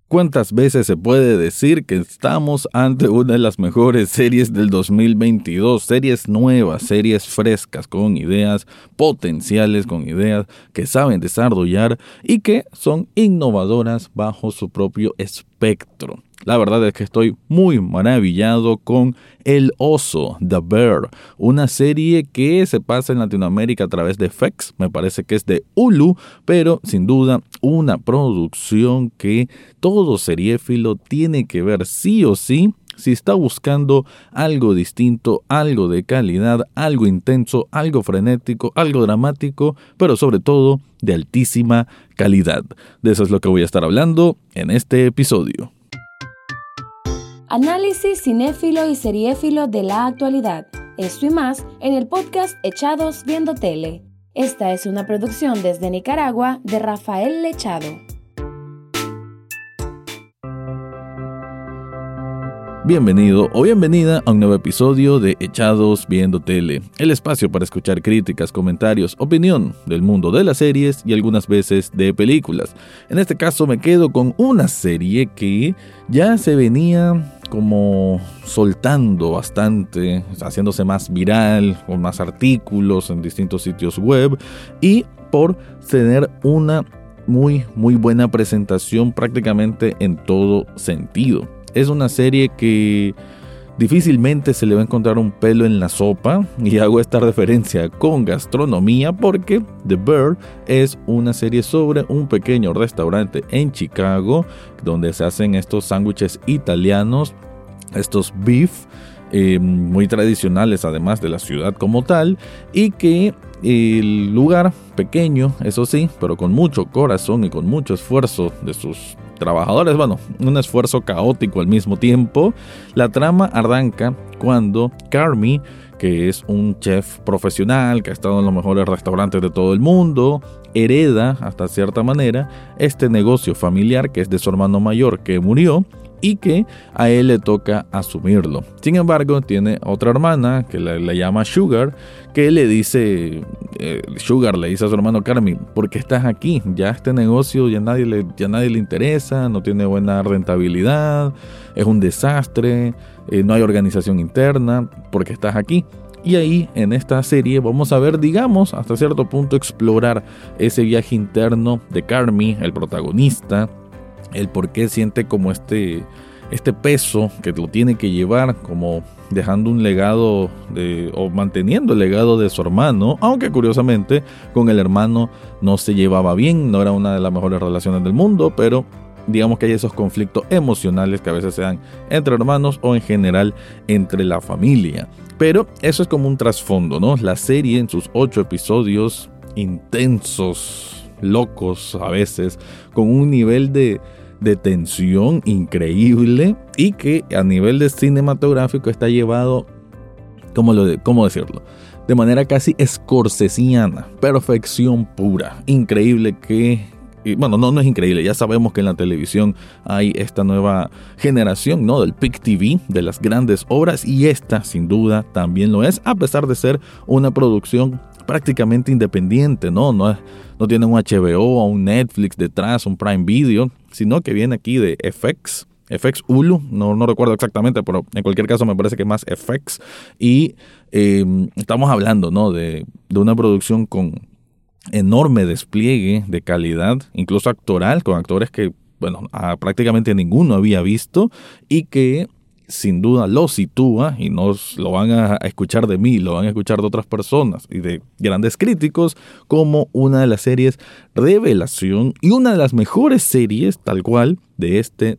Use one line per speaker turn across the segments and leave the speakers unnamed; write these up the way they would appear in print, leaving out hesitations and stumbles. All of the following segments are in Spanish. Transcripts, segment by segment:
¿Cuántas veces se puede decir que estamos ante una de las mejores series del 2022? Series nuevas, series frescas, con ideas potenciales, con ideas que saben desarrollar y que son innovadoras bajo su propio espectro. La verdad es que estoy muy maravillado con El Oso, The Bear, una serie que se pasa en Latinoamérica a través de FX, me parece que es de Hulu, pero sin duda una producción que todo seriéfilo tiene que ver sí o sí si está buscando algo distinto, algo de calidad, algo intenso, algo frenético, algo dramático, pero sobre todo de altísima calidad. De eso es lo que voy a estar hablando en este episodio.
Análisis cinéfilo y seriéfilo de la actualidad. Esto y más en el podcast Echados Viendo Tele. Esta es una producción desde Nicaragua de Rafael Lechado.
Bienvenido o bienvenida a un nuevo episodio de Echados Viendo Tele, el espacio para escuchar críticas, comentarios, opinión del mundo de las series y algunas veces de películas. En este caso me quedo con una serie que ya se venía como soltando bastante, haciéndose más viral, con más artículos en distintos sitios web y por tener una muy buena presentación prácticamente en todo sentido. Es una serie que difícilmente se le va a encontrar un pelo en la sopa, y hago esta referencia con gastronomía porque The Bear es una serie sobre un pequeño restaurante en Chicago donde se hacen estos sándwiches italianos, estos beef, muy tradicionales además de la ciudad como tal, y que el lugar pequeño, eso sí, pero con mucho corazón y con mucho esfuerzo de sus trabajadores, un esfuerzo caótico al mismo tiempo. La trama arranca cuando Carmy, que es un chef profesional que ha estado en los mejores restaurantes de todo el mundo, hereda hasta cierta manera este negocio familiar que es de su hermano mayor que murió y que a él le toca asumirlo. Sin embargo, tiene otra hermana que le llama Sugar, que le dice, Sugar le dice a su hermano Carmy, ¿por qué estás aquí? Ya este negocio ya nadie le interesa, no tiene buena rentabilidad, es un desastre, no hay organización interna, ¿por qué estás aquí? Y ahí en esta serie vamos a ver, digamos, hasta cierto punto explorar ese viaje interno de Carmy, el protagonista, el por qué siente como este peso que lo tiene que llevar, como dejando un legado o manteniendo el legado de su hermano, aunque curiosamente con el hermano no se llevaba bien, no era una de las mejores relaciones del mundo, pero digamos que hay esos conflictos emocionales que a veces se dan entre hermanos o en general entre la familia. Pero eso es como un trasfondo, ¿no? La serie en sus 8 episodios intensos, locos a veces, con un nivel de tensión increíble y que a nivel de cinematográfico está llevado, ¿cómo decirlo? De manera casi scorsesiana, perfección pura, increíble no es increíble, ya sabemos que en la televisión hay esta nueva generación, ¿no? Del Pick TV, de las grandes obras, y esta sin duda también lo es, a pesar de ser una producción prácticamente independiente, ¿no? No tiene un HBO o un Netflix detrás, un Prime Video, sino que viene aquí de FX Hulu, no recuerdo exactamente, pero en cualquier caso me parece que más FX, y estamos hablando, ¿no? de una producción con enorme despliegue de calidad, incluso actoral, con actores que, prácticamente ninguno había visto y que sin duda lo sitúa, y no lo van a escuchar de mí, lo van a escuchar de otras personas y de grandes críticos, como una de las series revelación y una de las mejores series tal cual de este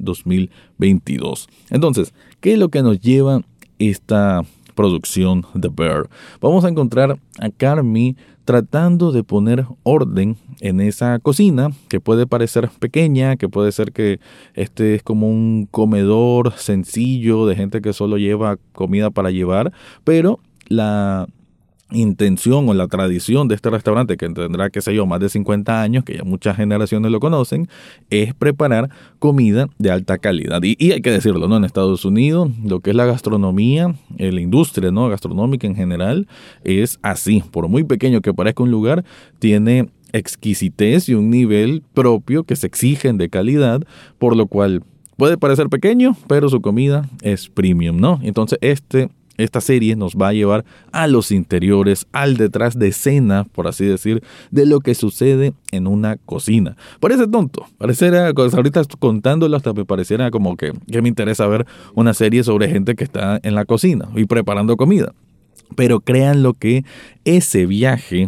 2022. Entonces, ¿qué es lo que nos lleva esta producción The Bear? Vamos a encontrar a Carmy tratando de poner orden en esa cocina que puede parecer pequeña, que puede ser que este es como un comedor sencillo de gente que solo lleva comida para llevar, pero la intención o la tradición de este restaurante, que tendrá, más de 50 años, que ya muchas generaciones lo conocen, es preparar comida de alta calidad. Y hay que decirlo, ¿no? En Estados Unidos, lo que es la gastronomía, la industria, ¿no? Gastronómica en general, es así. Por muy pequeño que parezca un lugar, tiene exquisitez y un nivel propio que se exigen de calidad, por lo cual puede parecer pequeño, pero su comida es premium, ¿no? Entonces esta serie nos va a llevar a los interiores, al detrás de escena, por así decir, de lo que sucede en una cocina. Parece tonto, pareciera, ahorita contándolo hasta me pareciera como que me interesa ver una serie sobre gente que está en la cocina y preparando comida. Pero créanlo que ese viaje,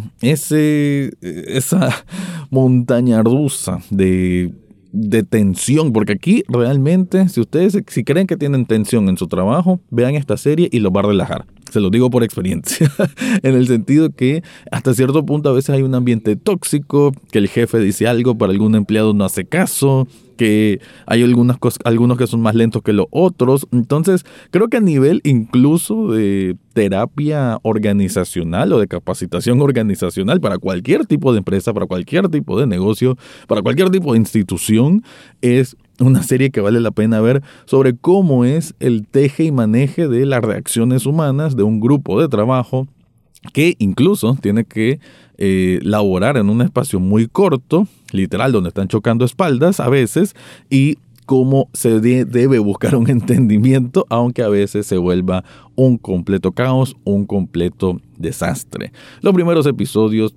esa montaña rusa de tensión, porque aquí realmente, si creen que tienen tensión en su trabajo, vean esta serie y los va a relajar. Se lo digo por experiencia, en el sentido que hasta cierto punto a veces hay un ambiente tóxico, que el jefe dice algo, pero algún empleado no hace caso, que hay algunos que son más lentos que los otros. Entonces, creo que a nivel incluso de terapia organizacional o de capacitación organizacional para cualquier tipo de empresa, para cualquier tipo de negocio, para cualquier tipo de institución, es una serie que vale la pena ver sobre cómo es el teje y maneje de las reacciones humanas de un grupo de trabajo que incluso tiene que laborar en un espacio muy corto, literal, donde están chocando espaldas a veces, y cómo se debe buscar un entendimiento, aunque a veces se vuelva un completo caos, un completo desastre. Los primeros episodios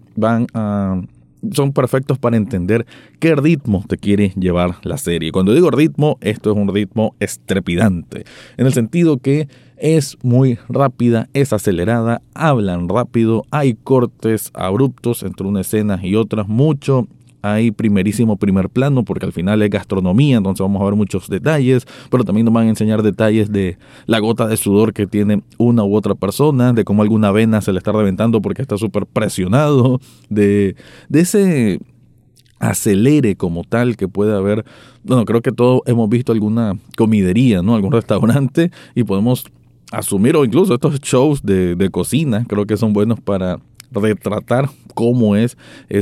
son perfectos para entender qué ritmo te quiere llevar la serie. Cuando digo ritmo, esto es un ritmo estrepidante, en el sentido que es muy rápida, es acelerada, hablan rápido, hay cortes abruptos entre una escena y otras, hay primerísimo primer plano, porque al final es gastronomía, entonces vamos a ver muchos detalles, pero también nos van a enseñar detalles de la gota de sudor que tiene una u otra persona, de cómo alguna vena se le está reventando porque está súper presionado, de ese acelere como tal que puede haber. Bueno, creo que todos hemos visto alguna comidería, ¿no? Algún restaurante, y podemos asumir, o incluso estos shows de cocina, creo que son buenos para retratar cómo es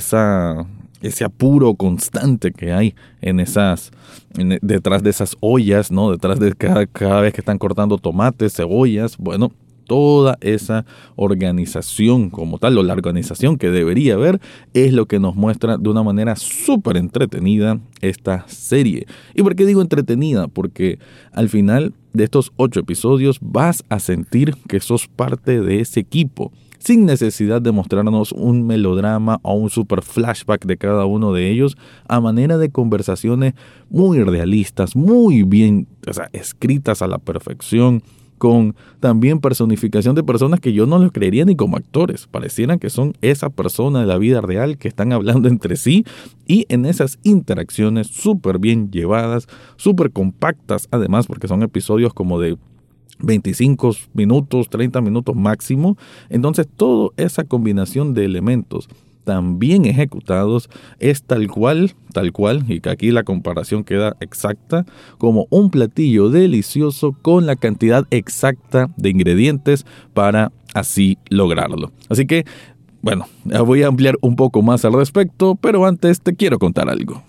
ese apuro constante que hay detrás de esas ollas, ¿no? Detrás de cada vez que están cortando tomates, cebollas, bueno, toda esa organización como tal, o la organización que debería haber, es lo que nos muestra de una manera súper entretenida esta serie. ¿Y por qué digo entretenida? Porque al final de estos 8 episodios vas a sentir que sos parte de ese equipo, sin necesidad de mostrarnos un melodrama o un super flashback de cada uno de ellos, a manera de conversaciones muy realistas, muy bien, escritas a la perfección, con también personificación de personas que yo no los creería ni como actores. Parecieran que son esa persona de la vida real que están hablando entre sí, y en esas interacciones súper bien llevadas, súper compactas además, porque son episodios como de 25 minutos, 30 minutos máximo. Entonces toda esa combinación de elementos también ejecutados es tal cual, y que aquí la comparación queda exacta, como un platillo delicioso con la cantidad exacta de ingredientes para así lograrlo. Así que, bueno, voy a ampliar un poco más al respecto, pero antes te quiero contar algo.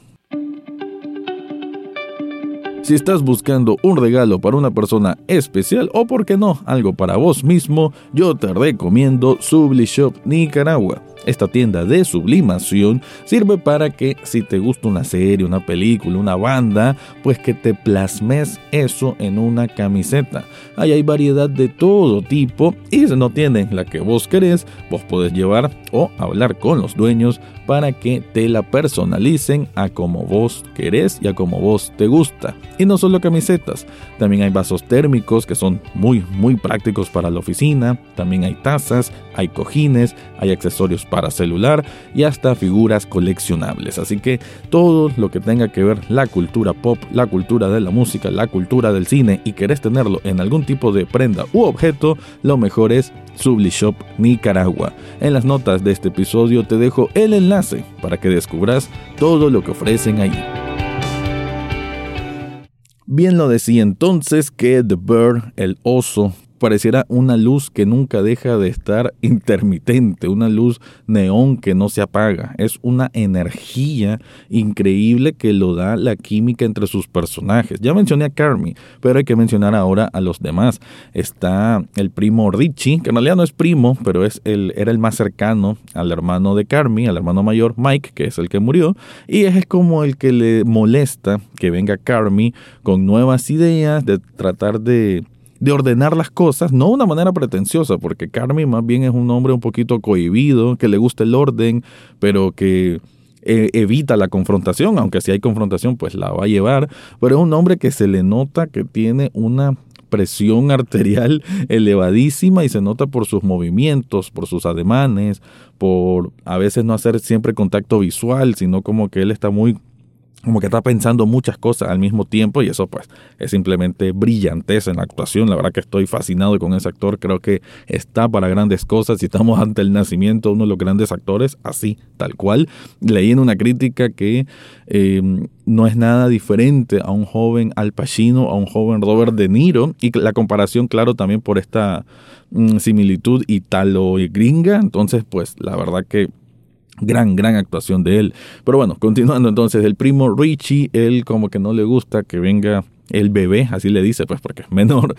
Si estás buscando un regalo para una persona especial, o por qué no, algo para vos mismo, yo te recomiendo Sublishop Nicaragua. Esta tienda de sublimación sirve para que, si te gusta una serie, una película, una banda, pues que te plasmes eso en una camiseta. Ahí hay variedad de todo tipo, y si no tienen la que vos querés, vos podés llevar o hablar con los dueños para que te la personalicen a como vos querés y a como vos te gusta. Y no solo camisetas, también hay vasos térmicos que son muy prácticos para la oficina, también hay tazas, hay cojines, hay accesorios para celular y hasta figuras coleccionables. Así que todo lo que tenga que ver la cultura pop, la cultura de la música, la cultura del cine, y querés tenerlo en algún tipo de prenda u objeto, lo mejor es Sublishop Nicaragua. En las notas de este episodio te dejo el enlace para que descubras todo lo que ofrecen ahí. Bien lo decía entonces que The Bear, el oso pareciera una luz que nunca deja de estar intermitente, una luz neón que no se apaga. Es una energía increíble que lo da la química entre sus personajes. Ya mencioné a Carmy, pero hay que mencionar ahora a los demás. Está el primo Richie, que en realidad no es primo, pero era el más cercano al hermano de Carmy, al hermano mayor Mike, que es el que murió, y es como el que le molesta que venga Carmy con nuevas ideas de tratar de ordenar las cosas, no de una manera pretenciosa, porque Carmy más bien es un hombre un poquito cohibido, que le gusta el orden, pero que evita la confrontación, aunque si hay confrontación pues la va a llevar, pero es un hombre que se le nota que tiene una presión arterial elevadísima y se nota por sus movimientos, por sus ademanes, por a veces no hacer siempre contacto visual, sino como que él está como que está pensando muchas cosas al mismo tiempo, y eso pues es simplemente brillantez en la actuación. La verdad que estoy fascinado con ese actor, creo que está para grandes cosas y estamos ante el nacimiento de uno de los grandes actores, así, tal cual. Leí en una crítica que no es nada diferente a un joven Al Pacino, a un joven Robert De Niro, y la comparación, claro, también por esta similitud ítalo y gringa. Entonces pues la verdad que gran actuación de él. Pero bueno, continuando entonces, el primo Richie, él como que no le gusta que venga el bebé, así le dice, pues porque es menor,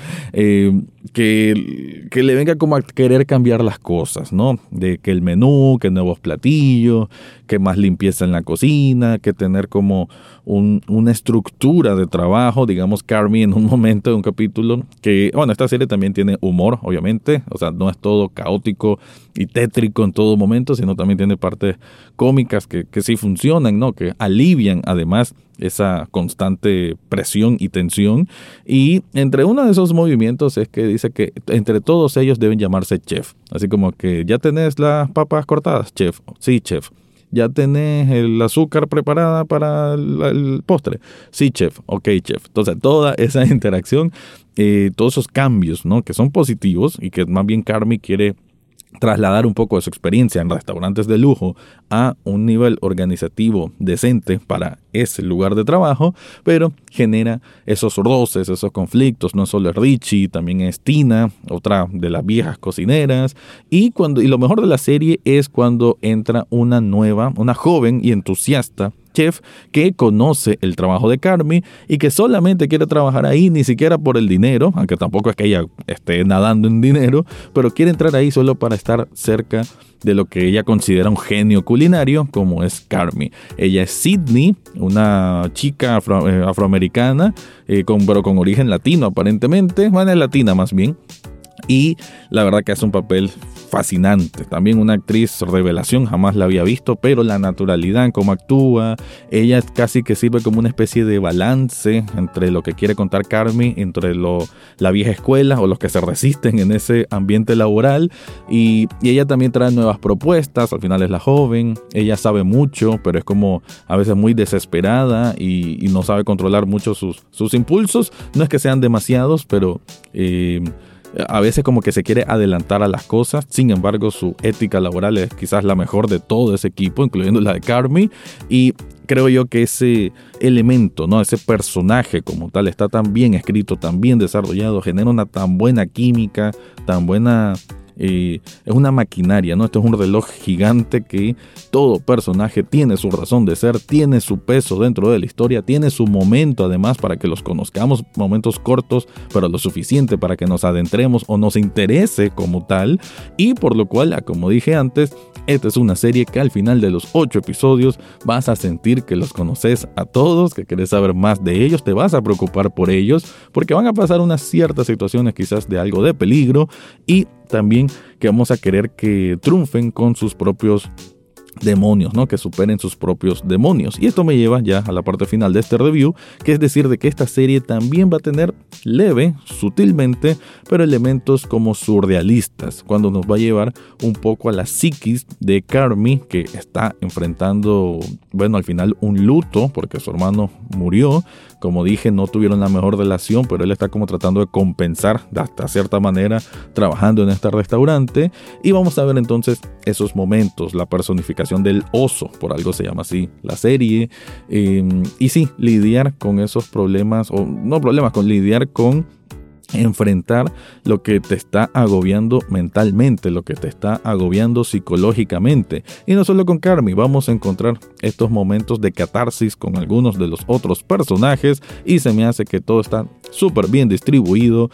que le venga como a querer cambiar las cosas, ¿no? De que el menú, que nuevos platillos, que más limpieza en la cocina, que tener como una estructura de trabajo. Digamos, Carmy en un momento de un capítulo que, bueno, esta serie también tiene humor, obviamente, o sea, no es todo caótico y tétrico en todo momento, sino también tiene partes cómicas que sí funcionan, ¿no? Que alivian además esa constante presión y tensión. Y entre uno de esos movimientos es que dice que entre todos ellos deben llamarse chef. Así como que, ¿ya tenés las papas cortadas, chef? Sí, chef. ¿Ya tenés el azúcar preparada para el postre? Sí, chef. Ok, chef. Entonces, toda esa interacción, todos esos cambios, ¿no? Que son positivos y que más bien Carmy quiere trasladar un poco de su experiencia en restaurantes de lujo a un nivel organizativo decente para ese lugar de trabajo, pero genera esos roces, esos conflictos. No solo es Richie, también es Tina, otra de las viejas cocineras, y lo mejor de la serie es cuando entra una joven y entusiasta chef que conoce el trabajo de Carmy y que solamente quiere trabajar ahí, ni siquiera por el dinero, aunque tampoco es que ella esté nadando en dinero, pero quiere entrar ahí solo para estar cerca de lo que ella considera un genio culinario, como es Carmy. Ella es Sydney, una chica afroamericana, pero con origen latino aparentemente, bueno, es latina más bien, y la verdad que hace un papel fascinante. También una actriz revelación, jamás la había visto, pero la naturalidad en cómo actúa, ella casi que sirve como una especie de balance entre lo que quiere contar Carmy, entre la vieja escuela o los que se resisten en ese ambiente laboral, y ella también trae nuevas propuestas. Al final es la joven, ella sabe mucho, pero es como a veces muy desesperada y no sabe controlar mucho sus impulsos. No es que sean demasiados, pero a veces como que se quiere adelantar a las cosas. Sin embargo, su ética laboral es quizás la mejor de todo ese equipo, incluyendo la de Carmy, y creo yo que ese elemento, ¿no? Ese personaje como tal está tan bien escrito, tan bien desarrollado, genera una tan buena química, tan buena... es una maquinaria, ¿no? Esto es un reloj gigante que todo personaje tiene su razón de ser, tiene su peso dentro de la historia, tiene su momento además para que los conozcamos, momentos cortos, pero lo suficiente para que nos adentremos o nos interese como tal, y por lo cual, como dije antes, esta es una serie que al final de los 8 episodios vas a sentir que los conoces a todos, que querés saber más de ellos, te vas a preocupar por ellos, porque van a pasar unas ciertas situaciones quizás de algo de peligro, y también que vamos a querer que triunfen con sus propios demonios, ¿no? Que superen sus propios demonios. Y esto me lleva ya a la parte final de este review, que es decir de que esta serie también va a tener leve, sutilmente, pero elementos como surrealistas, cuando nos va a llevar un poco a la psiquis de Carmy, que está enfrentando, bueno, al final un luto, porque su hermano murió. Como dije, no tuvieron la mejor relación, pero él está como tratando de compensar de hasta cierta manera trabajando en este restaurante. Y vamos a ver entonces esos momentos, la personificación del oso, por algo se llama así la serie. Y sí, lidiar con esos problemas, o no problemas, con lidiar con enfrentar lo que te está agobiando mentalmente, lo que te está agobiando psicológicamente. Y no solo con Carmy, vamos a encontrar estos momentos de catarsis con algunos de los otros personajes y se me hace que todo está súper bien distribuido,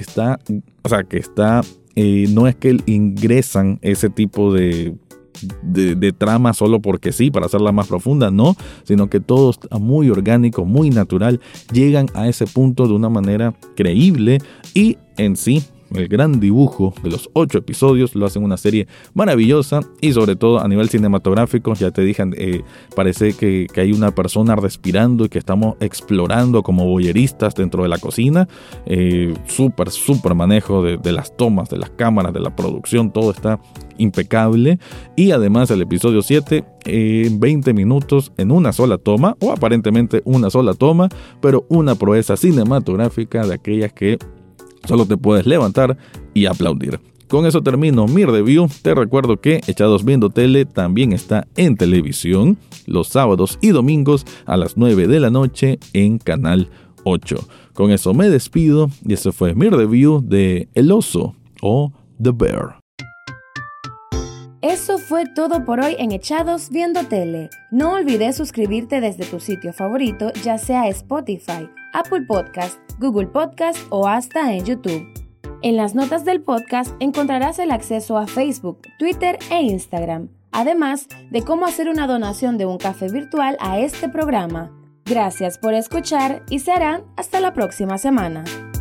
no es que ingresan ese tipo de trama solo porque sí, para hacerla más profunda, no, sino que todo está muy orgánico, muy natural, llegan a ese punto de una manera creíble y en sí el gran dibujo de los 8 episodios lo hacen una serie maravillosa y sobre todo a nivel cinematográfico, ya te dije, parece que hay una persona respirando y que estamos explorando como voyeristas dentro de la cocina. Súper manejo de las tomas, de las cámaras, de la producción, todo está impecable. Y además el episodio 7 en 20 minutos en una sola toma, o aparentemente una sola toma, pero una proeza cinematográfica de aquellas que solo te puedes levantar y aplaudir. Con eso termino mi review. Te recuerdo que Echados Viendo Tele también está en televisión los sábados y domingos a las 9 de la noche en Canal 8. Con eso me despido y ese fue mi review de El Oso o The Bear.
Eso fue todo por hoy en Echados Viendo Tele. No olvides suscribirte desde tu sitio favorito, ya sea Spotify, Apple Podcast, Google Podcast o hasta en YouTube. En las notas del podcast encontrarás el acceso a Facebook, Twitter e Instagram, además de cómo hacer una donación de un café virtual a este programa. Gracias por escuchar y será hasta la próxima semana.